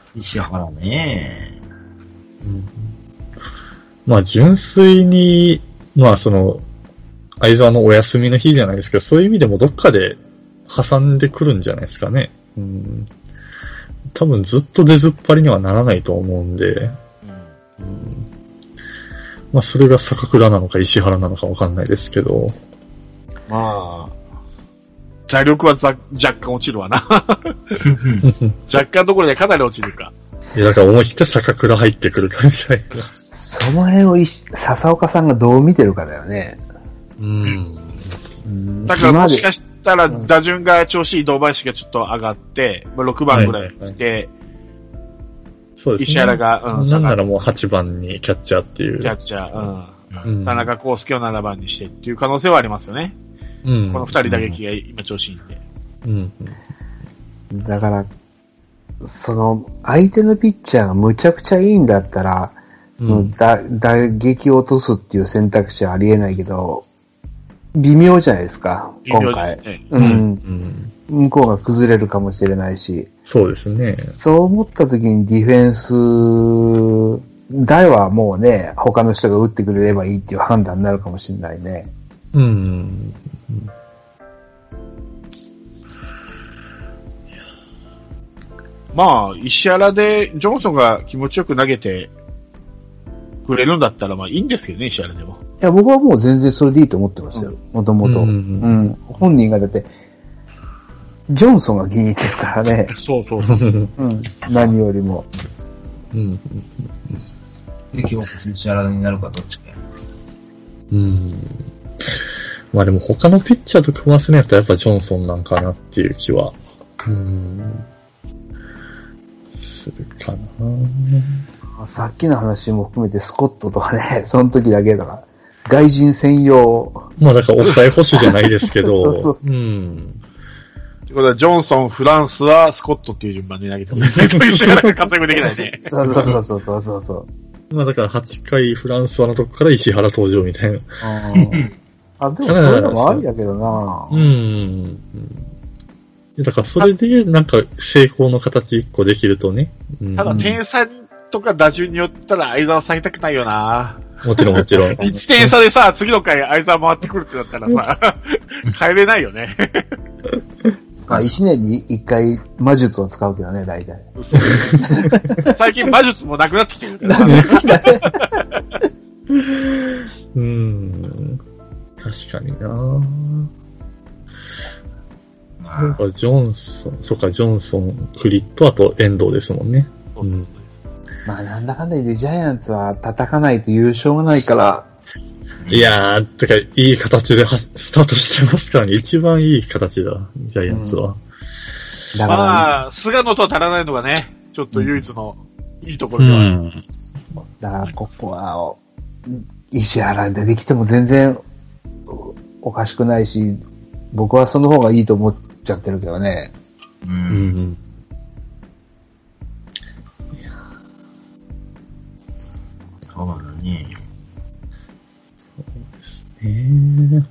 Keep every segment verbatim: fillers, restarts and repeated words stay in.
石原ね。 うん、まあ純粋に、まあその、相沢のお休みの日じゃないですけど、そういう意味でもどっかで挟んでくるんじゃないですかね。うん、多分ずっと出ずっぱりにはならないと思うんで、うん、まあそれが坂倉なのか石原なのかわかんないですけど。 まあ、体力はざ若干落ちるわな。若干どころでかなり落ちるか。 いやだから思い切って坂倉入ってくるかみたいな。 その辺を笹岡さんがどう見てるかだよね。 うん。 うん、だからもしかしたら打順が調子いい堂林がちょっと上がって、ろくばんぐらい来て、はいはいはい、 そうですね。 石原が、 うん、なんならもうはちばんにキャッチャーっていう。 キャッチャー、うん。うん、田中康介をななばんにしてっていう可能性はありますよね。うん。このふたり打撃が今調子いいんで。 うん。だから、その、相手のピッチャーがむちゃくちゃいいんだったら、その、うん、打、打撃を落とすっていう選択肢はありえないけど、微妙じゃないですか、今回。ね、うん、うん。向こうが崩れるかもしれないし。 そうですね。 そう思った時にディフェンス、誰はもうね、他の人が打ってくれればいいっていう判断になるかもしれないね。うん。 まあ、石原でジョンソンが気持ちよく投げてくれるんだったらまあいいんですけどね、石原でも。 いや、僕はもう全然それでいいと思ってますよ。もともと。うん。本人がだって、ジョンソンが気に入ってるからね。 そうそうそう。 うん。何よりも。 うん。で、今日こそ石原になるかどっちか。 うん。まあでも他のピッチャーと組ませないとやっぱジョンソンなんかなっていう気は。うん。するかな。さっきの話も含めてスコットとかね、その時だけだから。外人専用。 まあだから抑え保守じゃないですけど。そうそううん。 ということは、ジョンソン、フランスはスコットっていう順番で投げてもらえないと石原が活躍できないね。 そうそうそうそうそうそう。 まあだからはちかいフランスはのとこから石原登場みたいな。 あ, あ、でもそういうのもありだけどな。 うん。だからそれでなんか成功の形一個できるとね。 うん、ただ点差とか打順によったら相沢下げたくないよな。 もちろんもちろん。 いちてん差でさ、次の回相沢回ってくるってなったらさ、変えれないよね。 まあ一年に一回魔術を使うけどね、大体。 最近魔術もなくなってきてるからね。 うん。確かになぁ。まあ、ジョンソン、そっか、ジョンソン、クリット、あと遠藤ですもんね。うん。 まあなんだかんだでジャイアンツは叩かないと優勝がないから。 いやー、てか、いい形でスタートしてますからね。一番いい形だ、ジャイアンツは。 うん、だからまあ、菅野とは足らないのがね、ちょっと唯一のいいところではある。うん、 だからここは、石原でできても全然おかしくないし、僕はその方がいいと思っちゃってるけどね。うん。うんそうなのね。 そうですね。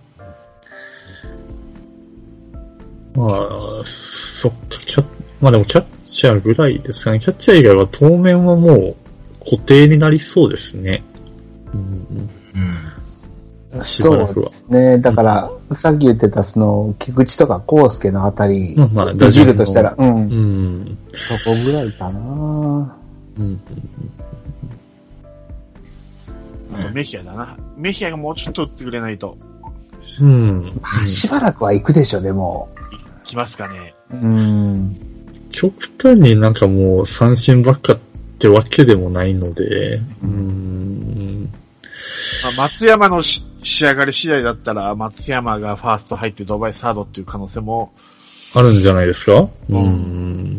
まあ、そっか、キャッ、まあでもキャッチャーぐらいですかね。キャッチャー以外は当面はもう固定になりそうですね。うん。うん、しばらくは。そうですね。だから、うん、さっき言ってたその、菊池とか康介のあたり、まあまあ、できるとしたら、うん。うん。そこぐらいかな。うん。 あとメヒアだな。メヒアがもうちょっと打ってくれないと。 うん。まあ、しばらくは行くでしょ、でも。 行きますかね。 うん。 極端になんかもう三振ばっかってわけでもないので、うん。 まあ、松山のし仕上がり次第だったら、松山がファースト入ってドバイサードっていう可能性も。 あるんじゃないですか？うん。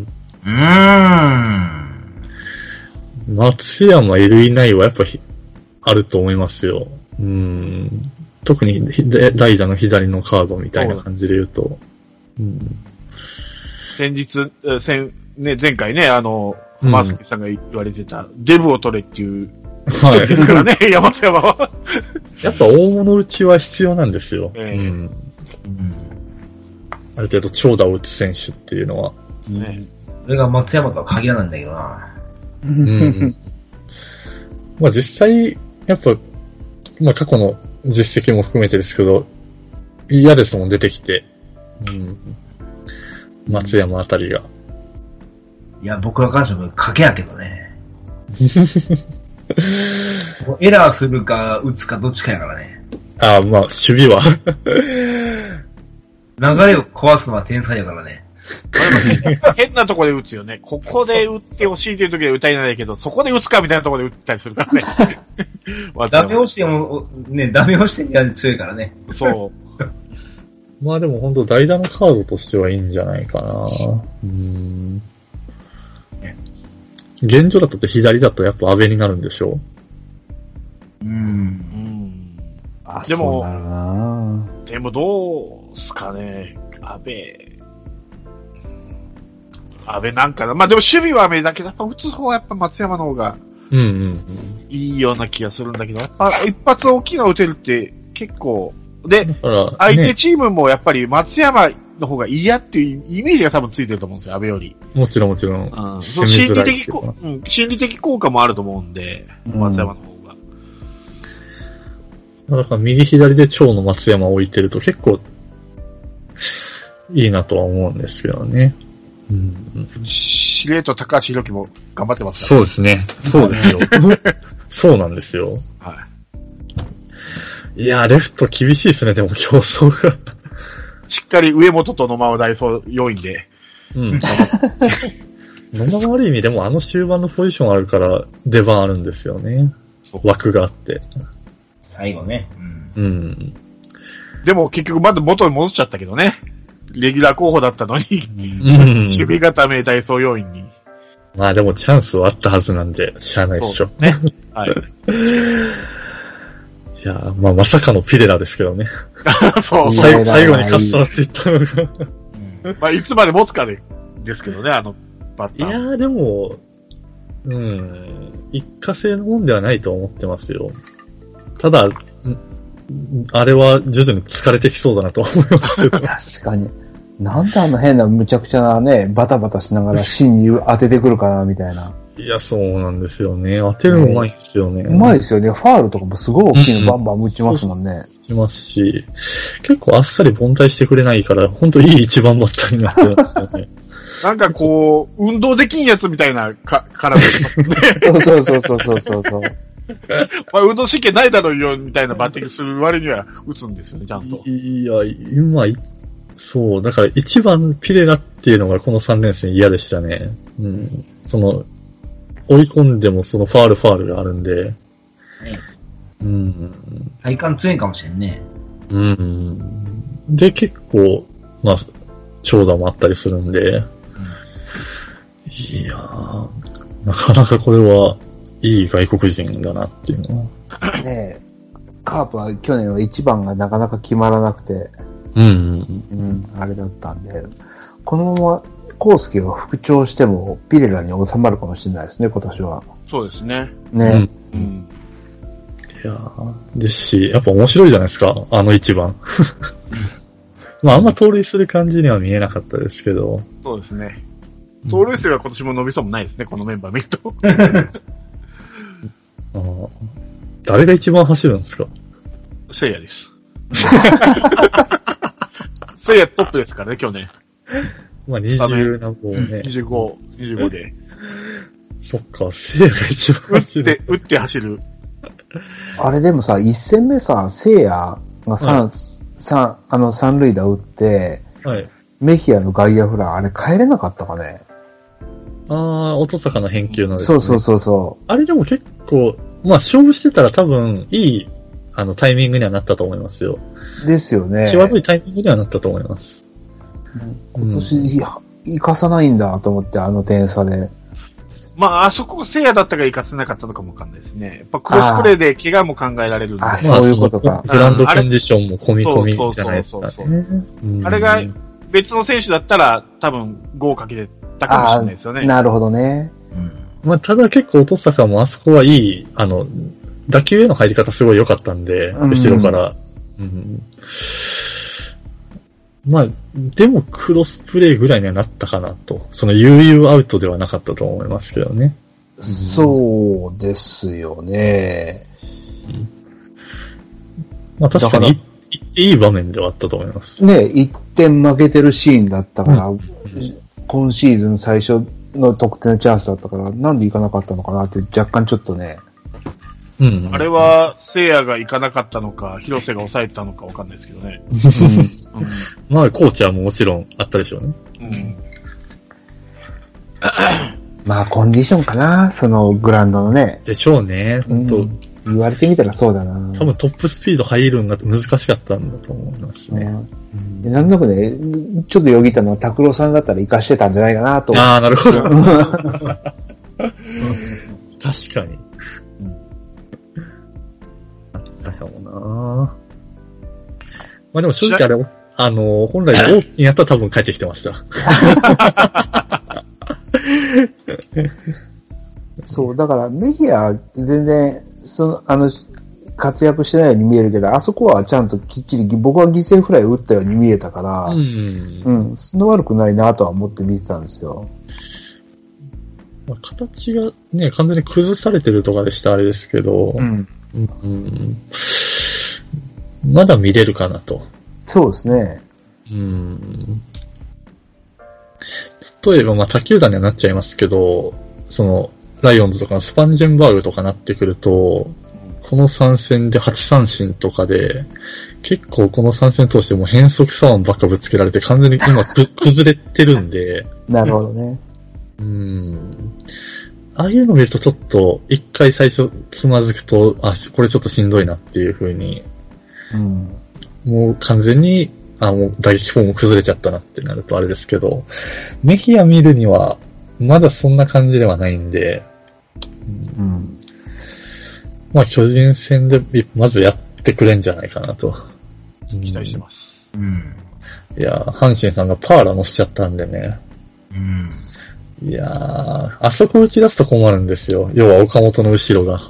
うーん。 松山いるいないはやっぱりあると思いますよ。うん。特に代打の左のカードみたいな感じで言うと。うん、 先日、先、ね、前回ね、あの、マスケさんが言われてた、うん、デブを取れっていう、はい。ですからね、山瀬山は。 やっぱ大物打ちは必要なんですよ。えー、うん。うん。ある程度長打を打つ選手っていうのは。 ね。 れが松山とは限らないんだけどな。 うん。まあ実際、やっぱ、まあ過去の実績も含めてですけど、嫌ですもん、出てきて。うん。松山あたりが。 いや、僕は関しても賭けやけどね。エラーするか打つかどっちかやからね。 ああ、まあ、守備は。 流れを壊すのは天才やからね。 変なとこで打つよね。ここで打ってほしいという時は打たれないけど、そこで打つかみたいなところで打ったりするからね。 ダメ押しても、ね、ダメ押してみたいに強いからね。 そう。 まあでも本当代打のカードとしてはいいんじゃないかな。うん。現状だとって左だとやっぱ安倍になるんでしょう。うん。うん。 あ、でも、そうなるなでもどうすかね、安倍。安倍なんかな。まあでも守備は安倍だけど、やっぱ打つ方はやっぱ松山の方が、 うんうん。 いいような気がするんだけど、やっぱ一発大きいの打てるって結構、で、 だからね、 相手チームもやっぱり松山の方が嫌っていうイメージが多分ついてると思うんですよ、安倍より。 もちろんもちろん。 うん、その心理的こ、うん、心理的効果もあると思うんで、松山の方が。 うん、だから右左で長の松山を置いてると結構、いいなとは思うんですけどね。うん。 司令と高橋宏樹も頑張ってますからね。そうですね。そうですよ。そうなんですよ。 はい。 いやー、レフト厳しいですね、でも競争が。 しっかり上本と野間をダイソー要因で。 うん。野間は悪い意味でもあの終盤のポジションあるから出番あるんですよね。枠があって。 最後ね。 うん。うん、 でも結局まだ元に戻っちゃったけどね。レギュラー候補だったのに、うん、守備固めダイソー要因に。 まあでもチャンスはあったはずなんで、しゃあないでしょ。 ね。はい。 いやー、まあまさかのピレラですけどね。 そう最後、最後にカッサーって言ったのがうん。まあいつまで持つかで、ですけどね、あの、バッター。 いやーでも、うん、一過性のもんではないと思ってますよ。ただ、あれは徐々に疲れてきそうだなと思いますけど。 確かに。なんであの変な無茶苦茶なね、バタバタしながら芯に当ててくるかな、みたいな。 いや、そうなんですよね。当てるのうまいですよね。 うまいですよね。ファールとかもすごい大きいのバンバン打ちますもんね。 打ちますし、結構あっさり凡退してくれないから、ほんといい一番バッターになってるんですよね。 なんかこう、運動できんやつみたいなか、体ですね。 そうそうそうそうそうそう。 まあ、運動神経ないだろうよ、みたいなバッティングする割には打つんですよね、ちゃんと。 いや、今、そう、だから一番ピレラっていうのがこのさん連戦嫌でしたね。うん。その、追い込んでもそのファールファールがあるんで。 ね、 うん。 体感強いかもしれんね。 うん。で、結構、まあ、長打もあったりするんで。うん、いやー、なかなかこれは、いい外国人だなっていうのは。 ねえ、カープは去年はいちばんがなかなか決まらなくて、 うん、うん、 うん、あれだったんで、このままコースケが復調してもピレラに収まるかもしれないですね、今年は。 そうですね。 ね、 うん。うん、 いやー、ですし、やっぱ面白いじゃないですか、あのいちばん。まああんま盗塁する感じには見えなかったですけど。 そうですね。盗塁数が今年も伸びそうもないですね、このメンバー見ると。 あ誰が一番走るんですか？ せいやです。せいやトップですからね、去年。 まあ、二十何本ね。 にじゅうご、にじゅうごで。 そっか、せいやが一番走る。 打って、打って走る。 あれでもさ、一戦目さ、せいやが三、はい、三、あの三塁打打って、 はい。 メヒアの外野フラー、あれ帰れなかったかね？ ああ、音坂の返球のですね。そうそうそうそう。 あれでも結構、まあ勝負してたら多分いい、あのタイミングにはなったと思いますよ。 ですよね。 際どいタイミングにはなったと思います。 うん、今年、生かさないんだと思って、あの点差で。 まあ、あそこが聖夜だったから生かせなかったのかもわかんないですね。やっぱクロスプレーで怪我も考えられるんで。 あ、そういうことか。 グラウンドコンディションも込み込みじゃないですか、ね。 あれが別の選手だったら多分ごをかけてたかもしれないですよね。 なるほどね。 うん、まあ、ただ結構音坂もあそこはいい、あの、打球への入り方すごい良かったんで、後ろから。うん、 まあ、でもクロスプレイぐらいにはなったかなと。その悠々アウトではなかったと思いますけどね。 そうですよね。 うん、まあ確かにいっていい場面ではあったと思います。 ね、いってん負けてるシーンだったから、うん、今シーズン最初の得点のチャンスだったから、なんで行かなかったのかなって若干ちょっとね。 うん、あれは、聖夜が行かなかったのか、広瀬が抑えたのかわかんないですけどね。 うん、まあ、コーチはもちろんあったでしょうね。うん、 まあ、コンディションかな、そのグラウンドのね。 でしょうね、本当、うん、 言われてみたらそうだな。 多分トップスピード入るのが難しかったんだと思いますね。 うん、なんとなくね、ちょっとよぎったのは拓郎さんだったら活かしてたんじゃないかなと思って。 ああ、なるほど。確かに。だかもなぁ。まあでも正直あれ、あの、本来のオースティンやったら多分帰ってきてました。 そう、だからメヒア全然、その、あの、活躍してないように見えるけど、あそこはちゃんときっちり、僕は犠牲フライを打ったように見えたから、うん、うん、そんな悪くないなとは思って見てたんですよ。 まあ、形がね、完全に崩されてるとかでしたあれですけど、うんうん、まだ見れるかなと。 そうですね。 うん、例えば、まあ他球団にはなっちゃいますけど、その、ライオンズとかのスパンジェンバーグとかなってくると、このさん戦ではち三振とかで、結構このさん戦通してもう変則左腕ばっかぶつけられて完全に今崩れてるんで。 なるほどね。 うん。ああいうの見るとちょっと、一回最初つまずくと、あ、これちょっとしんどいなっていう風に、うん、もう完全に、あ、もう打撃フォーム崩れちゃったなってなるとあれですけど、メヒア見るには、まだそんな感じではないんで、うん、まあ巨人戦でまずやってくれんじゃないかなと。 期待してます。 うん、いや、阪神さんがパーラ乗せちゃったんでね。うんいやー、あそこ打ち出すと困るんですよ。要は岡本の後ろが。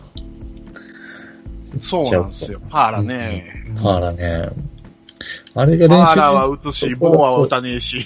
そうなんですよ。パーラね。 パーラね。あれが練習。 パーラは打つし、ボーアは打たねえし。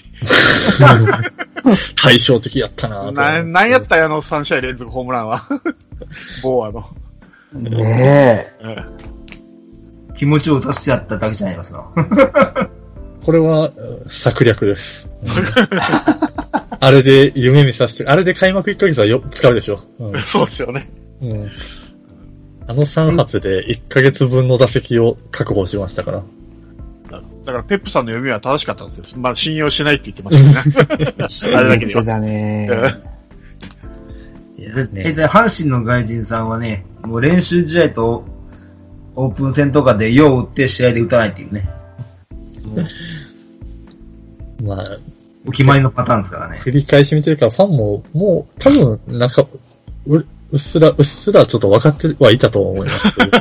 対照的やったなな、なんやったよ、あのさん試合連続ホームランは。ボーアの。 ねえ。 気持ちを打たせちゃっただけじゃないですか。 これは策略です。あれで夢見させて、あれで開幕いっかげつはよ使うでしょ。 うん、そうですよね。うん。 あのさん発でいっかげつぶんの打席を確保しましたから。 だからペップさんの読みは正しかったんですよ。まあ信用しないって言ってましたね。あれだけでは。 だねいやね。で、阪神の外人さんはね、もう練習試合とオープン戦とかでよう打って試合で打たないっていうね。 まあ、 お決まりのパターンですからね。 繰り返し見てるからファンももう多分なんかう, うっすらうっすらちょっと分かってはいたと思いますけど。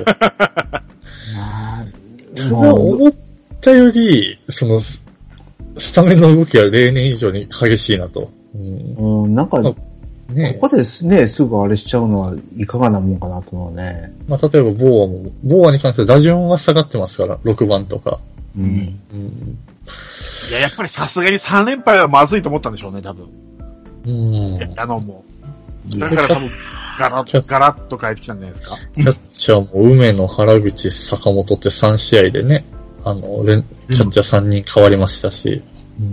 もう思ったよりそのスタメンの動きは例年以上に激しいなと。 うん、うん、なんか、ね、ここですねすぐあれしちゃうのはいかがなもんかなと思うね。 まあ例えばボーアもボーアに関しては打順は下がってますからろくばんとか。うん。うんいや、やっぱりさすがにさん連敗はまずいと思ったんでしょうね、多分。うん。やったのも。だから多分、ガラッ、ガラッと変えてきたんじゃないですか。 キャッチャーも梅野、原口、坂本ってさん試合でね、あの、レンキャッチャーさんにん変わりましたし。うん、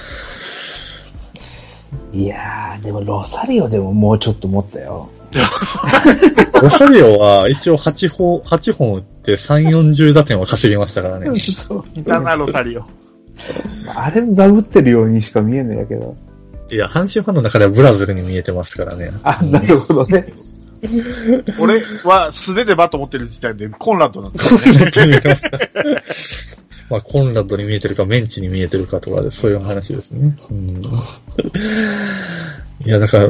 いやー、でもロサリオでももうちょっと持ったよ。 ロサリオは一応はちほん、はちほん打ってさんじゅう、よんじゅう打点は稼ぎましたからね。 いたな、ロサリオ。 あれダブってるようにしか見えないけど。 いや、阪神ファンの中ではブラジルに見えてますからね。 あ、なるほどね。 俺は素手でバット持ってる時点でコンラッドなんですよね。 まあ、コンラッドに見えてるか、メンチに見えてるかとかで、そういう話ですね。うん、いや、だから、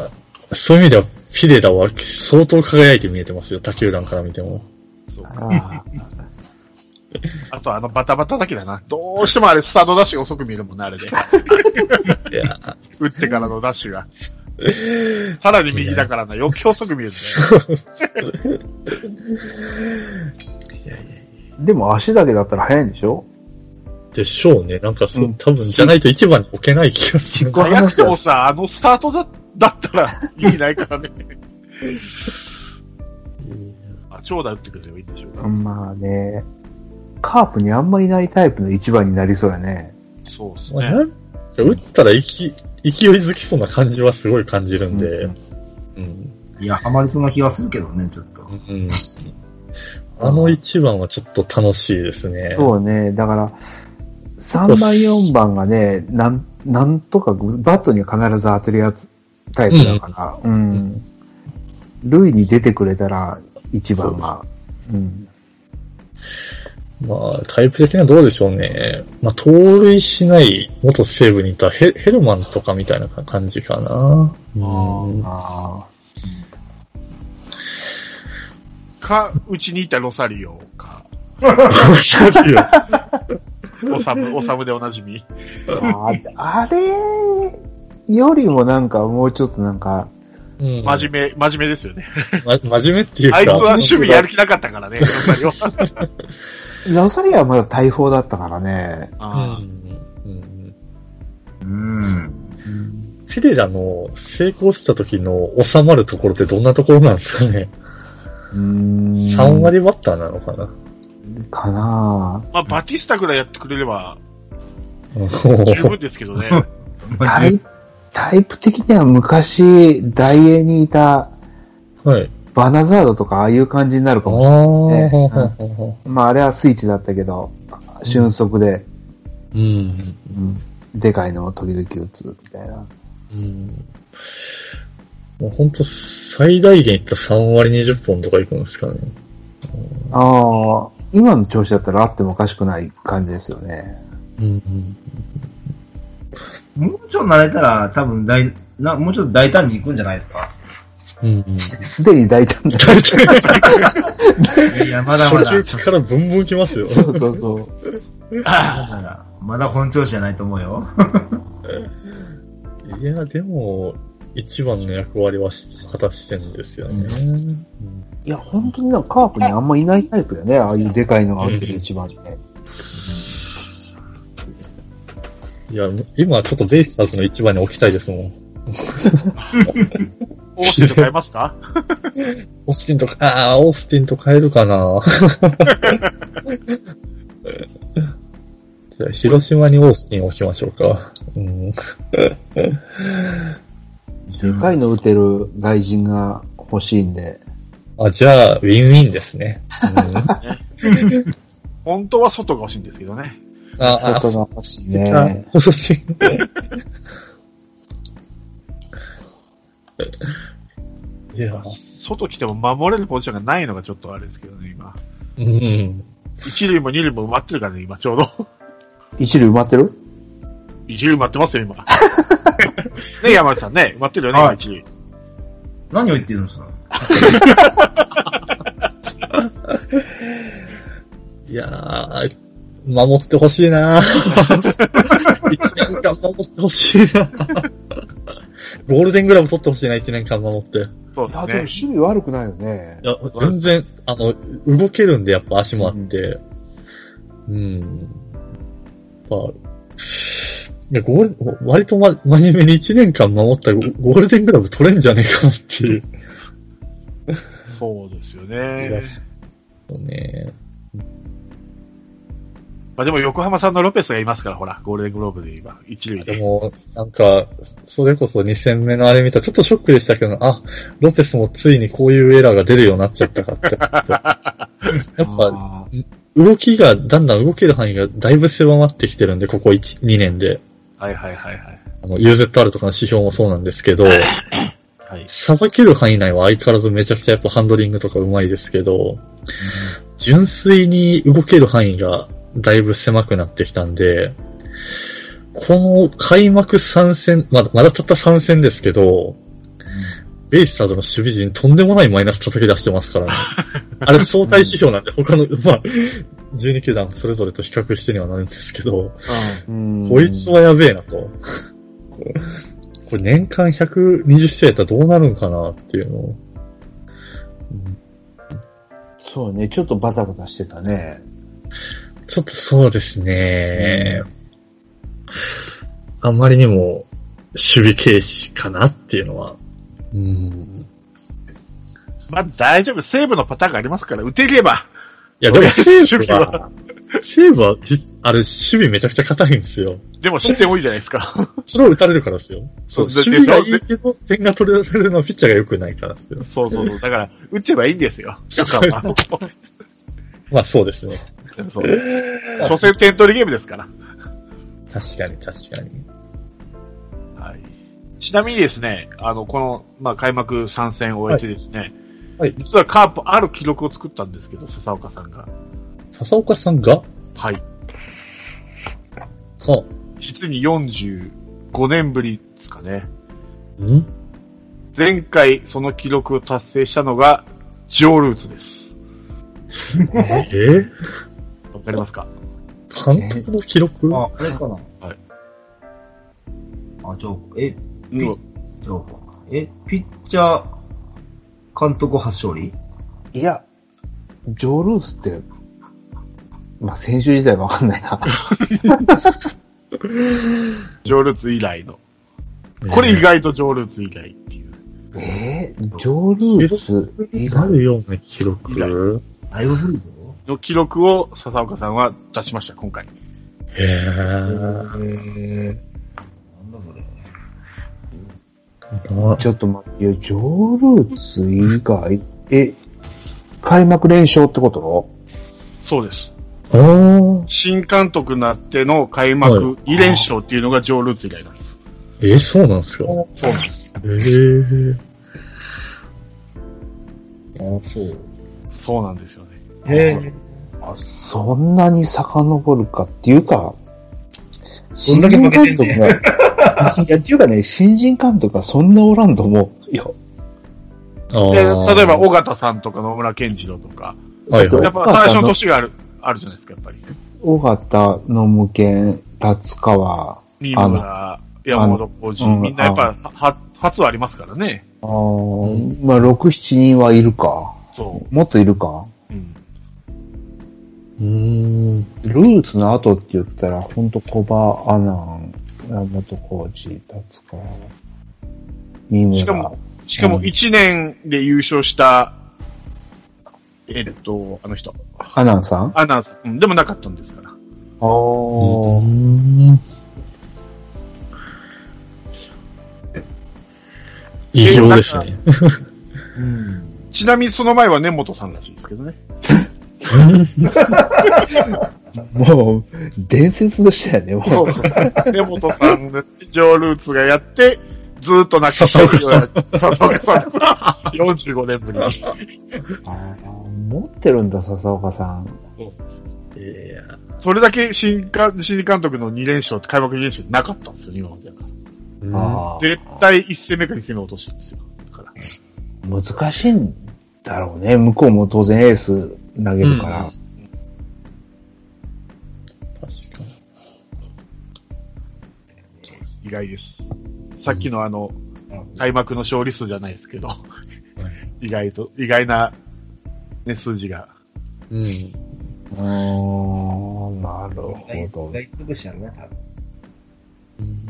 そういう意味では、フィレダは相当輝いて見えてますよ、他球団から見ても。そうああとあのバタバタだけだな。どうしてもあれスタートダッシュが遅く見えるもんね、あれで。いや打ってからのダッシュが。さらに右だからな、余計遅く見えるんだよ。 でも足だけだったら速いんでしょ？ でしょうね。なんかそう、うん、多分じゃないと一番に置けない気がする。 早くてもさ、あのスタートだだったら意味ないからね。あ、長打打ってくれればいいんでしょうか。 まあね、カープにあんまいないタイプの一番になりそうやね。 そうですね。 打ったら勢いづきそうな感じはすごい感じるんで。うんうん、いや、ハマりそうな気はするけどね、ちょっと。うん、 あの一番はちょっと楽しいですね。 そうね、だから、さんばんよんばんがね、なん、なんとかバットには必ず当てるやつ、タイプだから、うん。うん、塁に出てくれたら、いちばんが。うん。 まあ、タイプ的にはどうでしょうね。まあ、盗塁しない元西武にいたヘヘルマンとかみたいな感じかな。うん、あか、うちにいたロサリオか。ロサリオ。オサム、オサムでおなじみ。 あ, あれよりもなんかもうちょっとなんか、 うん、真面目、真面目ですよね。 ま、真面目っていうか。 あいつは守備やる気なかったからね、ロサリオ。 ロサリオはまだ大砲だったからね。 あうん。うん。フィレラの成功した時の収まるところってどんなところなんですかね。うーんさん割バッターなのかなかなぁ。まあ、バティスタぐらいやってくれれば、十分ですけどね。 タイタイプ的には昔、ダイエーにいた、はい。バナザードとかああいう感じになるかもしれないね。うん、まああれはスイッチだったけど、俊足で、うん。うん、でかいのを時々打つみたいな。うん。 もうほんと最大限いったらさん割にじゅっぽんとかいくんですかね。 ああ、今の調子だったらあってもおかしくない感じですよね。うん、 うん。もうちょっと慣れたら多分大な、もうちょっと大胆に行くんじゃないですか。 うんうん、すでに大胆だ。 いや、まだまだ。 初球からブンブン来ますよ。 そうそうそう。 あまだ本調子じゃないと思うよ。 いや、でも、一番の役割は果たしてるんですよね。うん、 いや、本当になんかカープにあんまいないタイプよね。ああいうでかいのが打ってる一番ね。 うん、いや、今ちょっとベイスターズの一番に置きたいですもん。 オースティンと変えますかオースティンとか、ああ、オースティンと変えるかなじゃあ、広島にオースティン置きましょうか。うん、 でかいの打てる外人が欲しいんで。 あ、じゃあ、ウィンウィンですね。 うん、本当は外が欲しいんですけどね。 あ外が欲しいね。欲しい。 いや、外来ても守れるポジションがないのがちょっとあれですけどね、今。うん。一塁も二塁も埋まってるからね、今ちょうど。 一塁埋まってる？ 一塁埋まってますよ、今。ね、山内さんね、埋まってるよね、はい、一塁。 何を言ってるんですかいやー、守ってほしいなー。一年間守ってほしいなー。ゴールデングラブ取ってほしいな、一年間守って。 そうですね。いや、でも守備悪くないよね。 いや、全然、あの、動けるんで、やっぱ足もあって。うん。うん、まあ、いや、ゴール、割と、ま、真面目に一年間守ったらゴールデングラブ取れんじゃねえかなっていう。 そうですよね。 そうね。 まあでも横浜さんのロペスがいますから、ほら、ゴールデングローブで言えば、一塁で。 でも、なんか、それこそに戦目のあれ見たらちょっとショックでしたけど、あ、ロペスもついにこういうエラーが出るようになっちゃったかって。やっぱ、動きが、だんだん動ける範囲がだいぶ狭まってきてるんで、ここいち、にねんで。 はいはいはいはい。 あの、ユーゼットアール とかの指標もそうなんですけど、はい。さばける範囲内は相変わらずめちゃくちゃやっぱハンドリングとか上手いですけど、うん、純粋に動ける範囲がだいぶ狭くなってきたんで、この開幕さん戦、まだ、まだたったさん戦ですけど、うん、ベイスターズの守備陣とんでもないマイナス叩き出してますからね。あれ相対指標なんで他の、まあ、じゅうに球団それぞれと比較してにはなるんですけど、うん、こいつはやべえなと。これ年間ひゃくにじゅう試合やったらどうなるんかなっていうのを、うん。 そうね、ちょっとバタバタしてたね。 ちょっとそうですね。うん、あんまりにも守備軽視かなっていうのは。うん。 まあ大丈夫。セーブのパターンがありますから、打てれば。 いや、でもセーブは、セーブは、あれ、守備めちゃくちゃ硬いんですよ。 でも失点多いじゃないですか。 それを打たれるからですよ。そう、守備がいいけど、点が取れるのはピッチャーが良くないからですよ。 そうそうそう。だから、打てばいいんですよ。 まあそうですね。 そう。初戦点取りゲームですから。 確かに確かに。 はい。ちなみにですね、あの、この、まあ開幕さん戦を終えてですね、はいはい、実はカープある記録を作ったんですけど、笹岡さんが。 笹岡さんがはい。 はあ、 実によんじゅうごねんぶりですかね。 ん前回その記録を達成したのが、ジョー・ルーツです。 えわかりますか？ 監督の記録？ あ、あれかな。 はい。 あ、ジョー、え、ピッ、ジョーか。え、ピッチャー、監督初勝利？ いや、ジョー・ルーツって、まあ、選手自体がわかんないな。 ジョー・ルーツ以来の。これ意外とジョー・ルーツ以来っていう。 えー、ジョー・ルーツ以外あるような記録だいぶ古いぞ。 の記録を笹岡さんは出しました、今回。 へー。 えー、 なんだそれ。ちょっと待って、いや、ジョー・ルーツ以外、え、開幕連勝ってこと？ そうです。 あ新監督になっての開幕に連勝っていうのがジョー・ルーツ以来なんです。 えー、そうなんですか？ そうなんです。 えー。 あ、そう。そうなんですよね。 へー。あ、そんなに遡るかっていうか、新人監督が、いや、っていうかね、新人監督がそんなおらんと思うよ。 で、例えば、尾形さんとか野村健次郎とか、 はいはい、 やっぱ最初の年がある、あるじゃないですか、やっぱり。 尾形、野村健、達川、 新村、山本浩二、みんなやっぱ、は、初はありますからね。 ああ、うん、まあ、ろく、しちにんはいるか。 そう。 もっといるか。 うん。 うーん。ルーツの後って言ったら、ほんと小葉アナン、山本浩二、達川、三村。 しかも、しかもいちねんで優勝した、うん、えっと、あの人。 アナンさん？ アナンさん。うん、でもなかったんですから。ああ。うん。 異常ですね。 うん、ちなみにその前は根本さんらしいですけどね。 もう、伝説としてはね、もう。そうそう根本さんで、ジョー・ルーツがやって、ずーっと泣きそうにやって、笹岡さんです。よんじゅうごねんぶりに。 あ持ってるんだ、笹岡さん。 そういやそれだけ新監、新監督のに連勝って開幕に連勝ってなかったんですよ、今までだから。 あ絶対いち戦目かに戦目落としてるんですよ。だから難しいんだろうね。向こうも当然エース投げるから。うん、 確かに。意外です。さっきのあの、うん、開幕の勝利数じゃないですけど、うん、意外と、意外な、ね、数字が。 うん。あー、なるほど。 意外つぶしやろな、多分。うん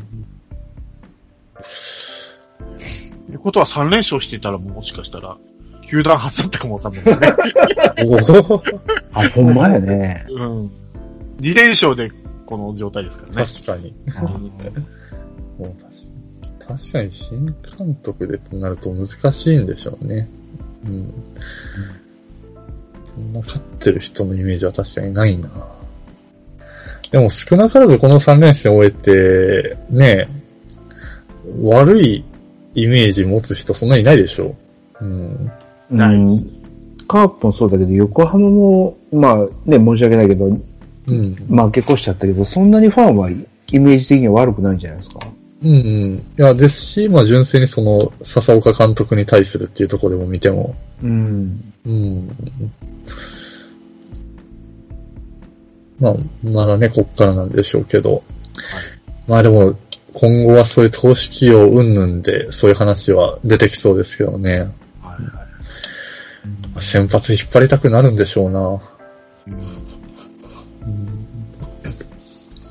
ってことはさん連勝してたらもしかしたら、球団初だったかもわかんないですね。 あ、ほんまやね。 うん。に連勝でこの状態ですからね。 確かに。もう確かに新監督でとなると難しいんでしょうね。うん。うん、そんな勝ってる人のイメージは確かにないな。でも少なからずこのさん連戦を終えて、ね、悪いイメージ持つ人そんなにいないでしょう。うん。 ないです。カープもそうだけど、横浜も、まあね、申し訳ないけど、うん、負け越しちゃったけど、そんなにファンはイメージ的には悪くないんじゃないですか。 うんうん。いや、ですし、まあ純粋にその、笹岡監督に対するっていうところでも見ても。 うん。 うん。まあ、まだね、こっからなんでしょうけど。はい、まあでも、今後はそういう投資企業云々で、そういう話は出てきそうですけどね。はいはい。うん、先発引っ張りたくなるんでしょうな。うんうん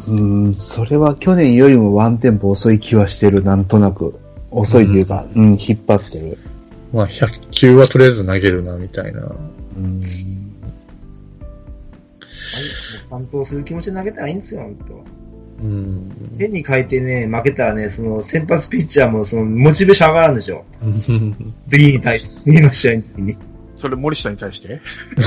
うん、それは去年よりもワンテンポ遅い気はしてる、なんとなく。遅いというか、うん、うん、引っ張ってる。 まあ、ひゃく球はとりあえず投げるな、みたいな。うん。 担当する気持ちで投げたらいいんですよ、本当。 うん。 変に書いてね、負けたらね、その先発ピッチャーもそのモチベーション上がらんでしょ。次に対し、次の試合に。 それ森下に対して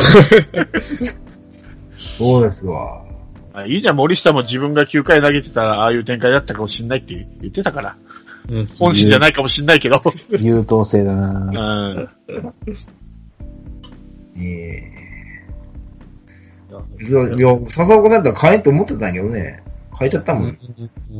そうですわ。 あ、いいじゃん、森下も自分がきゅうかい投げてたら、ああいう展開だったかもしんないって言ってたから。うん、本心じゃないかもしんないけど。 優等生だなうん。 ええー。そう、いや、笹岡さんだったら変えんと思ってたんやけどね。変えちゃったもん。 うん、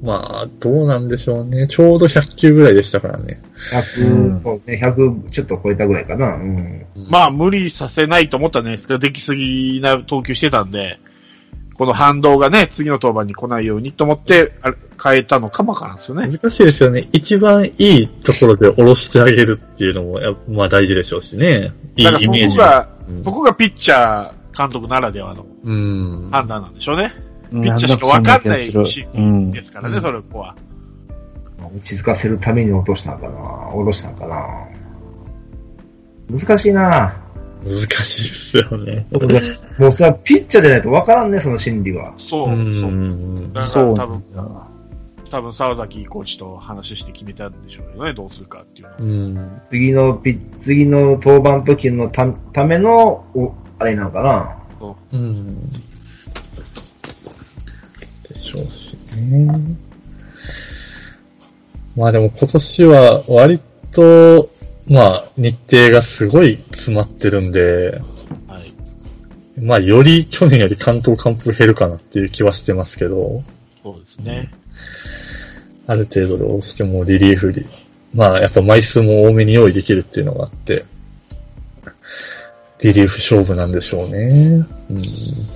まあ、どうなんでしょうね。ちょうどひゃく球ぐらいでしたからね。 ひゃく、うん、そうね、ひゃくちょっと超えたぐらいかな。うん。 まあ、無理させないと思ったんですけど、できすぎな投球してたんで、この反動がね、次の登板に来ないようにと思って、あれ変えたのかもわからんですよね。 難しいですよね。一番いいところで下ろしてあげるっていうのも、まあ大事でしょうしね。いいイメージ。 そこが、うん、そこがピッチャー監督ならではの判断なんでしょうね。ピッチャーしかわかんないシーンですからね、うん、それこは。 落ち着かせるために落としたんかな、下ろしたんかな。難しいな難しいですよね。 もうさ、ピッチャーじゃないとわからんね、その心理は。 そう。うん。だから多分、多分沢崎コーチと話して決めたんでしょうよね、どうするかっていうのは。うん。 次のピ次の登板時のたための、おあれなのかな。 そう。うん。でしょうしね。まあでも今年は割と、まあ、日程がすごい詰まってるんで、はい。まあ、より去年より関東完封減るかなっていう気はしてますけど。 そうですね。 ある程度で押してもリリーフに、まあ、やっぱ枚数も多めに用意できるっていうのがあって、リリーフ勝負なんでしょうね。うん。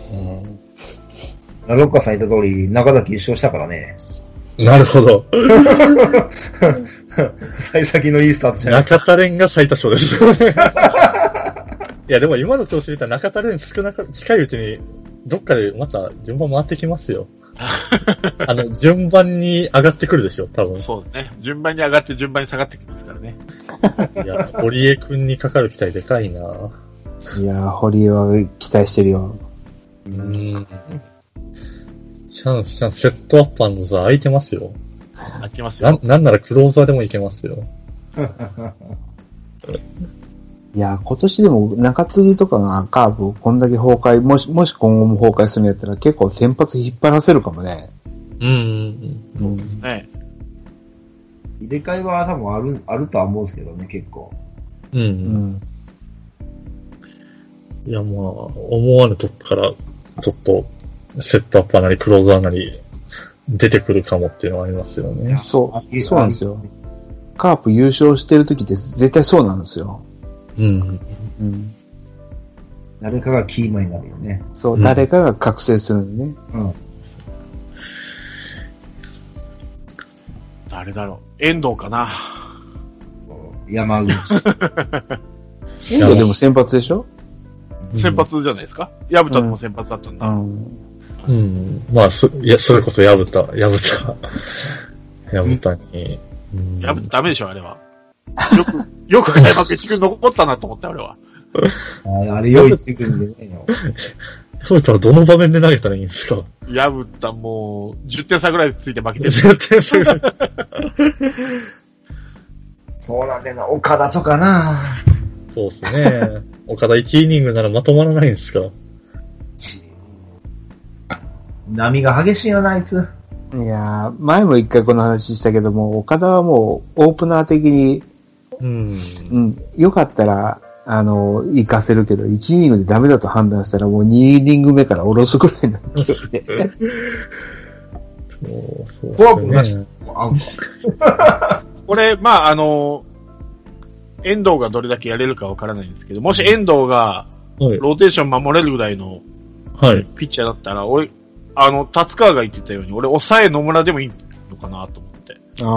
長岡さん言った通り、中崎一勝したからね。 なるほど。 幸先のいいスタートじゃないですか。 中田蓮が最多勝です。いや、でも今の調子で言ったら中田蓮少なく、近いうちに、どっかでまた順番回ってきますよ。あの、順番に上がってくるでしょ、多分。 そうですね。順番に上がって順番に下がってきますからね。 いや、堀江くんにかかる期待でかいな。 いや、堀江は期待してるよ。 うーん。チャンス、チャンス、セットアッパーの座空いてますよ。 空いてますよ。 な、なんならクローザーでもいけますよ。 いや、今年でも中継ぎとかがカーブこんだけ崩壊、もし、もし今後も崩壊するんやったら結構先発引っ張らせるかもね。 うんうんうん。 ね入れ替えは多分ある、あるとは思うんですけどね、結構。 うんうん。いや、まあ、思わぬとこから、ちょっと、セットアッパーなりクローザーなり、出てくるかもっていうのはありますよね。 そう、そうなんですよ。カープ優勝してる時って絶対そうなんですよ。 うん。 うん。 誰かがキーマンになるよね。 そう、うん、誰かが覚醒するんでね。 うん。 誰だろう。遠藤かな。 山口。 遠藤でも先発でしょ？ 先発じゃないですか？矢蓋も先発だったんだ。 うん。うん、まあ、そ、いや、それこそ矢蓋、矢蓋、矢蓋に。 矢蓋ダメでしょ、あれは。よく、よく開幕一軍残ったなと思った、俺は。 あれ、よい一軍でね。 矢蓋はどの場面で投げたらいいんですか？ 矢蓋もう、じゅってん差ぐらいついて負けてる。 じゅってん差ぐらい。 そうなんだよな、岡田とかな。 そうですね。岡田いちイニングならまとまらないんですか？ 波が激しいよな、あいつ。 いやー、前も一回この話したけども、岡田はもう、オープナー的に、 うん。 うん、よかったら、あの、行かせるけど、いちイニングでダメだと判断したら、もうにイニング目から下ろすぐらいなんだよね。 怖くなし。 これ、まあ、あの、遠藤がどれだけやれるかわからないんですけど、もし遠藤が、ローテーション守れるぐらいの、 はい。 ピッチャーだったら、俺、あの、達川が言ってたように、俺、抑え野村でもいいのかなと思って。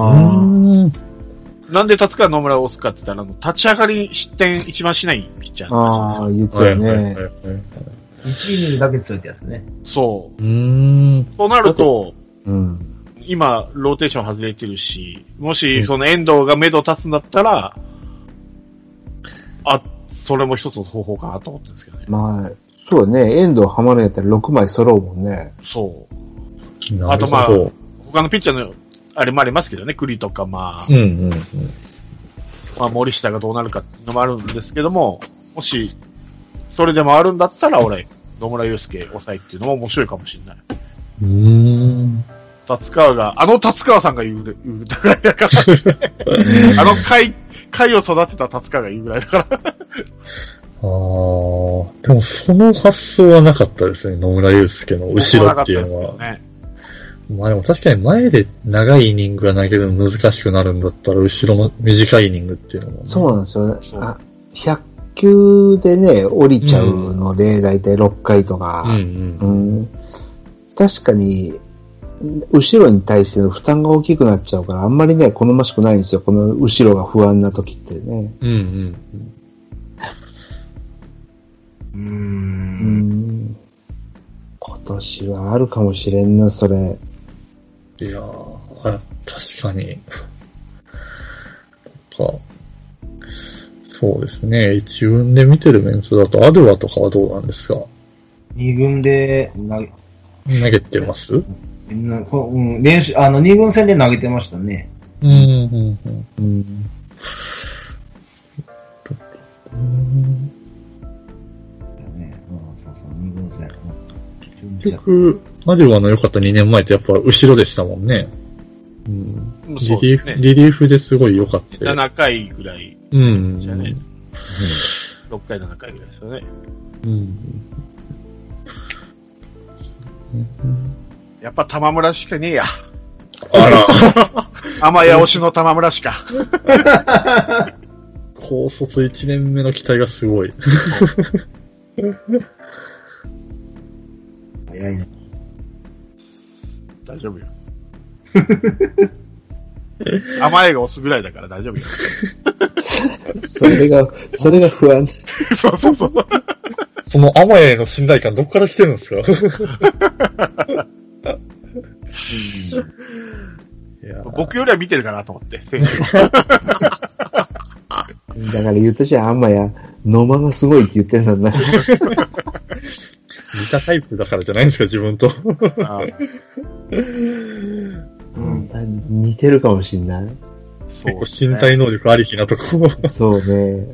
ああ。なんで達川野村を押すかって言ったら、あの、立ち上がり失点一番しないピッチャーなんですよ。ああ、言ってたよね。 いちイニングだけ強いってやつね。 そう。 うーん。 となると、 うん。 今、ローテーション外れてるし、もし、その遠藤が目処立つんだったら、あ、それも一つの方法かなと思ってるんですけどね。 まあ、そうね、遠藤ハマるんやったらろくまい揃うもんね。 そう。 あとまあ、他のピッチャーの、あれもありますけどね、栗とかまあ、 うんうんうん。 まあ森下がどうなるかっていうのもあるんですけども、もし、それでもあるんだったら俺、野村祐介抑えっていうのも面白いかもしれない。 うーん。 達川が、あの達川さんが言うぐらいだから、あの貝、貝を育てた達川が言うぐらいだから。ああ、 でもその発想はなかったですね、野村祐介の後ろっていうのは。ね、まあでも確かに前で長いイニングが投げるの難しくなるんだったら、後ろの短いイニングっていうのも、ね。 そうなんですよね。あ、ひゃっきゅうでね、降りちゃうので、だいたいろっかいとか、うんうんうん。確かに、後ろに対しての負担が大きくなっちゃうから、あんまりね、好ましくないんですよ。この後ろが不安な時ってね。 うんうん。 うーん。今年はあるかもしれんな、それ。 いやー、確かに。なんか、そうですね。一軍で見てるメンツだと、アドゥアとかはどうなんですか？ 二軍で投げ、 投げてます？ なこうん、練習、あの、二軍戦で投げてましたね。 うん、うん、うん。うん。 そうそう、二軍戦。 結局、アデュアの良かったにねんまえってやっぱ後ろでしたもんね。うん。リリーフ、リリーフですごい良かった。 ななかいぐらい。 うん。 じゃね。ろっかい、ななかいぐらいですよね。 うん。 やっぱ玉村しかねえや。 あら。 甘や推しの玉村しか。 高卒いちねんめの期待がすごい。 早いな。 大丈夫よ。甘えが押すぐらいだから大丈夫よ。 それが、それが不安。 そうそうそう。 その甘えの信頼感どっから来てるんですか？ いや僕よりは見てるかなと思って。 だから言うとじゃあ、あんまや、野間がすごいって言ってるんだな。 似たタイプだからじゃないんですか、自分と。あうん、似てるかもしんない。 そう、身体能力ありきなとこ。 そうね。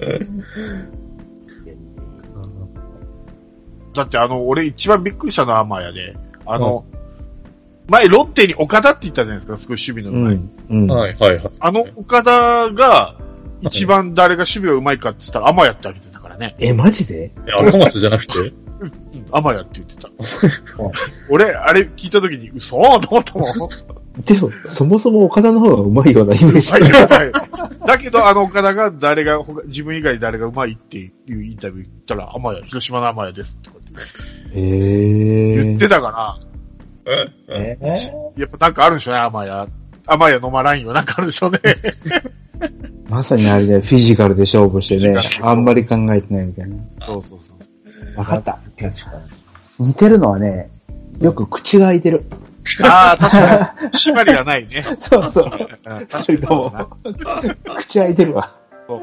だってあの、俺一番びっくりしたのはアマヤで、あの、うん、前ロッテに岡田って言ったじゃないですか、すごい守備のうまい。 うんうん、はいはいはい。 あの岡田が、一番誰が守備がうまいかって言ったら、アマヤってあげてたからね。 え、マジで？ え、赤松じゃなくて？ うん、アマヤって言ってた。俺、あれ聞いたときに、嘘と思ったもん。 でも、そもそも岡田の方がうまいようなイメージが。 はい、だけど、あの岡田が誰が、自分以外誰がうまいっていうインタビュー言ったら、アマヤ、広島のアマヤですってへー言ってたから、 えー、やっぱなんかあるんでしょうね、アマヤ。アマヤのマラインはなんかあるんでしょうね。 まさにあれでフィジカルで勝負してね、あんまり考えてないみたいな。 そうそうそう。 わかった。似てるのはね、よく口が開いてる。 ああ、確かに。締まりがないね。 そうそう。確かにどうも。口開いてるわ。 そう。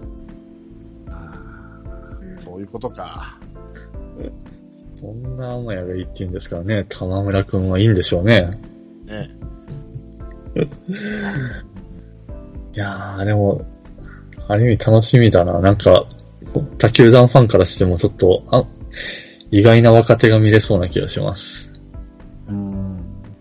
そういうことか。 そんな甘やがいいって言うんですからね、玉村くんはいいんでしょうね。 ね。 いやー、でも、ある意味楽しみだな。なんか、他球団ファンからしてもちょっと、あ、意外な若手が見れそうな気がします。 うん。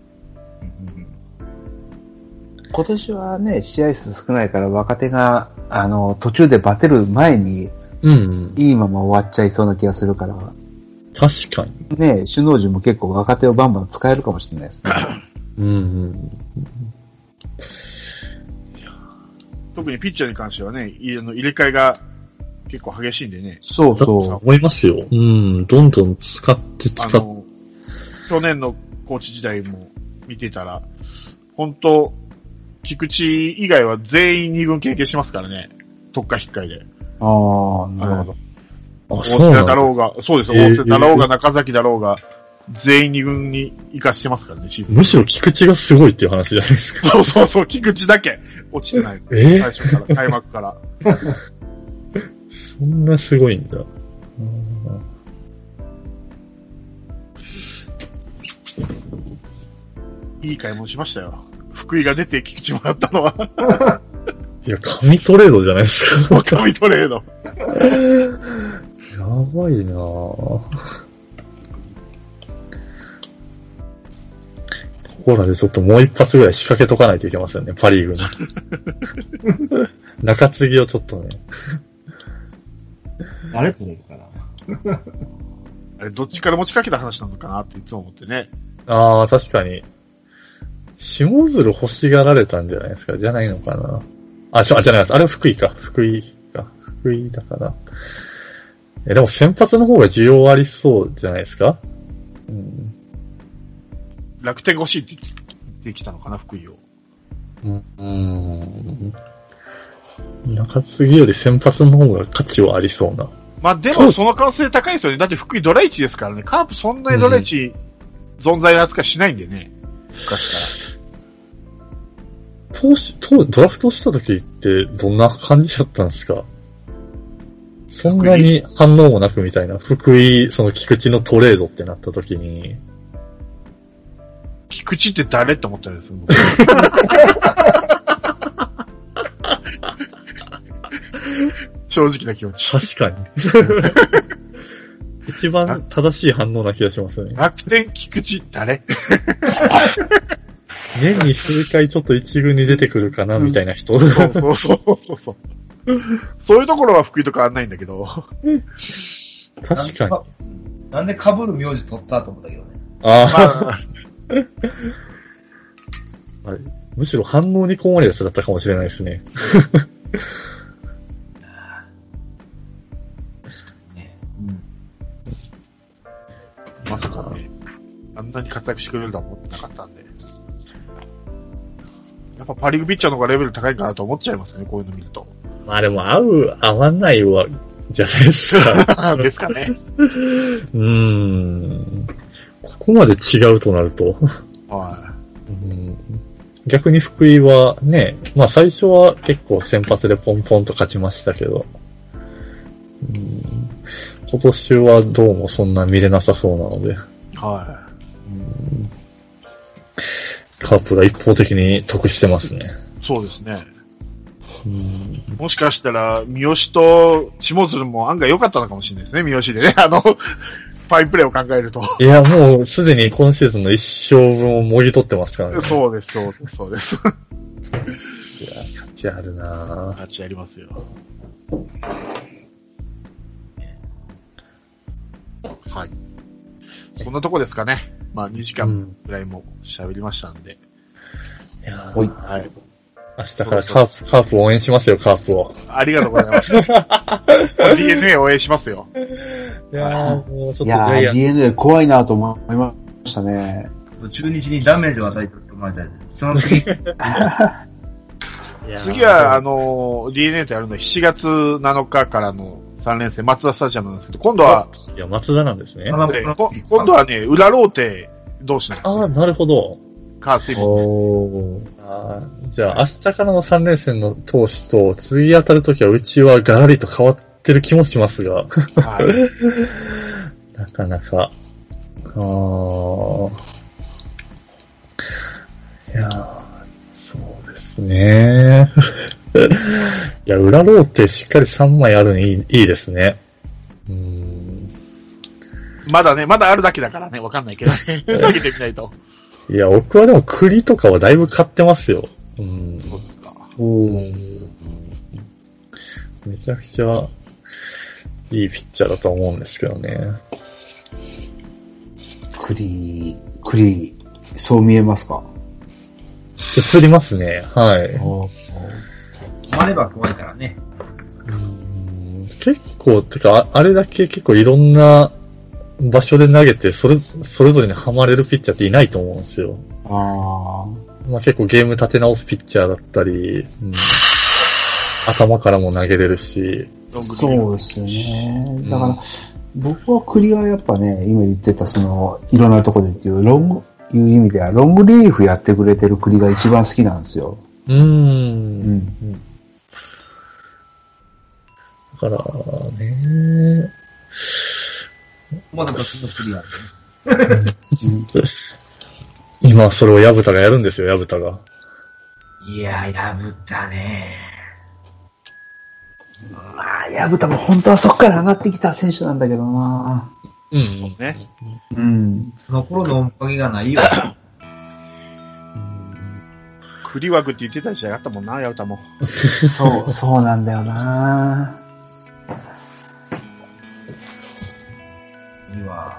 今年はね、試合数少ないから若手が、あの、途中でバテる前に、うん、いいまま終わっちゃいそうな気がするから。 確かに。 ね、首脳陣も結構若手をバンバン使えるかもしれないですね。 うんうん。 特にピッチャーに関してはね、入れ替えが結構激しいんでね。 そうそう。 思いますよ。うん、どんどん使って使って。 去年のコーチ時代も見てたら、本当菊池以外は全員二軍経験しますからね。特化引っかいで。 ああ、なるほど。 あ、そうなんだ。 だろうが、そうですよ。大瀬だろうが、中崎だろうが、全員に軍に行かしてますからね、シーズン。 むしろ菊池がすごいっていう話じゃないですか。 そうそうそう、菊池だけ落ちてない。 えー、 最初から、開幕から。 そんなすごいんだ。 いい買い物しましたよ。福井が出て菊池もらったのは。 いや、神トレードじゃないですか。 神トレード。 やばいなぁ。ここらでちょっともう一発ぐらい仕掛けとかないといけませんね、パリーグに。中継ぎをちょっとね。 誰取れるかな。 あれ、どっちから持ちかけた話なのかなっていつも思ってね。 ああ、確かに。下鶴欲しがられたんじゃないですか。じゃないのかな。あ、じゃ、じゃないです。あれは福井か。福井か。福井だから。え、でも先発の方が需要ありそうじゃないですか。うん、 楽天が欲しいって言ってきたのかな、福井を。 うん。うん中継ぎより先発の方が価値はありそうな。 まあでもその可能性高いですよね。だって福井ドラいちですからね。カープそんなにドラいち存在扱いしないんでね。昔から。 投手、投ドラフトした時ってどんな感じだったんですか？そんなに反応もなくみたいな。福井、その菊池のトレードってなった時に。 菊池って誰って思ったんですよ。正直な気持ち。 確かに。一番正しい反応な気がしますね。 楽天菊池誰年に数回ちょっと一軍に出てくるかなみたいな人。 そうそうそうそうそう。そういうところは福井と変わんないんだけど。 確かに。 なんで被る名字取ったと思ったけどね。 ああ。むしろ反応に困るやつだったかもしれないですね。 まさかね、あんなに活躍してくれるとは思ってなかったんで。やっぱパリーグピッチャーの方がレベル高いかなと思っちゃいますよね、こういうの見ると。 まあでも合う、合わないは、じゃないですか。 ですかね。 うーん。ここまで違うとなると。 はい。 うん逆に福井はね、まあ最初は結構先発でポンポンと勝ちましたけど、うん今年はどうもそんな見れなさそうなので、 はい。 うんカープが一方的に得してますね。 そうですね。 うんもしかしたら、三好と下鶴も案外良かったのかもしれないですね、三好でね。あの、ファインプレーを考えると。 いや、もうすでに今シーズンの一勝分をもぎ取ってますからね。 そうです、そうです、そうです。 いや、価値あるなぁ。 価値ありますよ。はい。そんなとこですかね。まあにじかんくらいも喋りましたんで。 いやおいはい。 明日からカープ、カープ応援しますよ、カープを。 ありがとうございます。ディーエヌエー 応援しますよ。 いやー、もうちょっといやー、ディーエヌエー 怖いなと思いましたね。 中日にダメージを与えてるって思われたいです。その次。 次は、あの、ディーエヌエー とやるのはしちがつなのかからのさん連戦、松田スタジアムなんですけど、今度は、 いや、松田なんですね。 あねこ今度はね、裏ローテ同士なんですよ。 ああ、なるほど。 カースイおーあーじゃあ、明日からのさん連戦の投手と、次当たるときはうちはガラリと変わってる気もしますが。 はい。 なかなか。あーいやーそうですね。いや、裏ローテしっかりさんまいあるのいい、いいですね。うーんまだね、まだあるだけだからね、わかんないけどね。投げてみないと。 いや、僕はでも栗とかはだいぶ買ってますよ。うん。 そうですか。 めちゃくちゃいいピッチャーだと思うんですけどね。 クリー、クリー、そう見えますか？ 映りますね。はい。 止まれば怖いからね。 うん結構、てか、あれだけ結構いろんな場所で投げて、それ、それぞれにハマれるピッチャーっていないと思うんですよ。 あまあ結構ゲーム立て直すピッチャーだったり、うん、 頭からも投げれるし。 そうですよね。だから、うん、僕は栗はやっぱね、今言ってたその、いろんなとこでっていう、ロング、いう意味では、ロングリリーフやってくれてる栗が一番好きなんですよ。 うーん。うん。だからね、 まだ別の栗やるね。 今それを矢蓋がやるんですよ、矢蓋が。 いや、矢蓋ね。 まあ、矢蓋も本当はそこから上がってきた選手なんだけどな。 うん、ね。 うん。 その頃の面影がないよ。 栗枠って言ってた時代あったもんな、矢蓋も。 そう、そうなんだよな。 いいわ。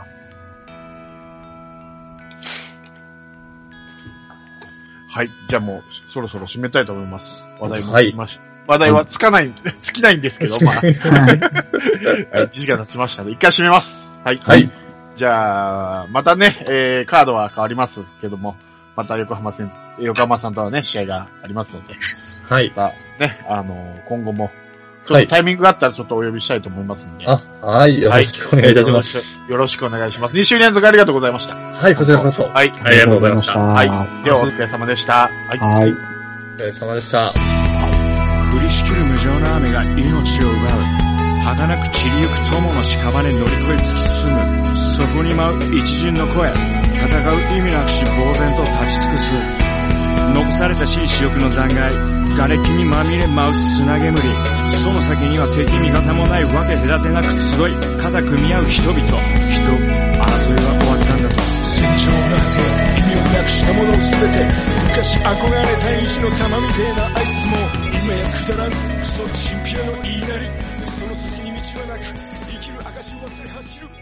はい。じゃあもう、そろそろ締めたいと思います。話題もつきました。はい、話題はつかない、はい、尽きないんですけど、まあ。はい。いちじかん経ちましたので、一回締めます。はい。 はい。 じゃあ、またね、えー、カードは変わりますけども、また横浜戦、横浜さんとはね、試合がありますので。 はい。 またね、あのー、今後も、ちょっとタイミングがあったらちょっとお呼びしたいと思いますんで。 あ、はい。よろしくお願いいたします。 はい、よろしくお願いします。に週連続ありがとうございました。 はい、こちらこそ。 はい。 ありがとうございました。 はい。では、お疲れ様でした。はい。 はい。 お疲れ様でした。 降りしきる無情な雨が命を奪う。儚く散りゆく友の屍乗り越え突き進む。そこに舞う一陣の声。戦う意味なくし呆然と立ち尽くす。残されたしい死力の残骸。瓦礫にまみれ舞う砂煙。その先には敵味方もないわけ隔てなく集い肩組み合う人々。人、争いは終わったんだと。戦場の果て、意味をなくしたものすべて。昔憧れた意地の玉みてえなあいつも今やくだらんクソチンピラの言いなり。その筋に道はなく生きる証を忘れ走る。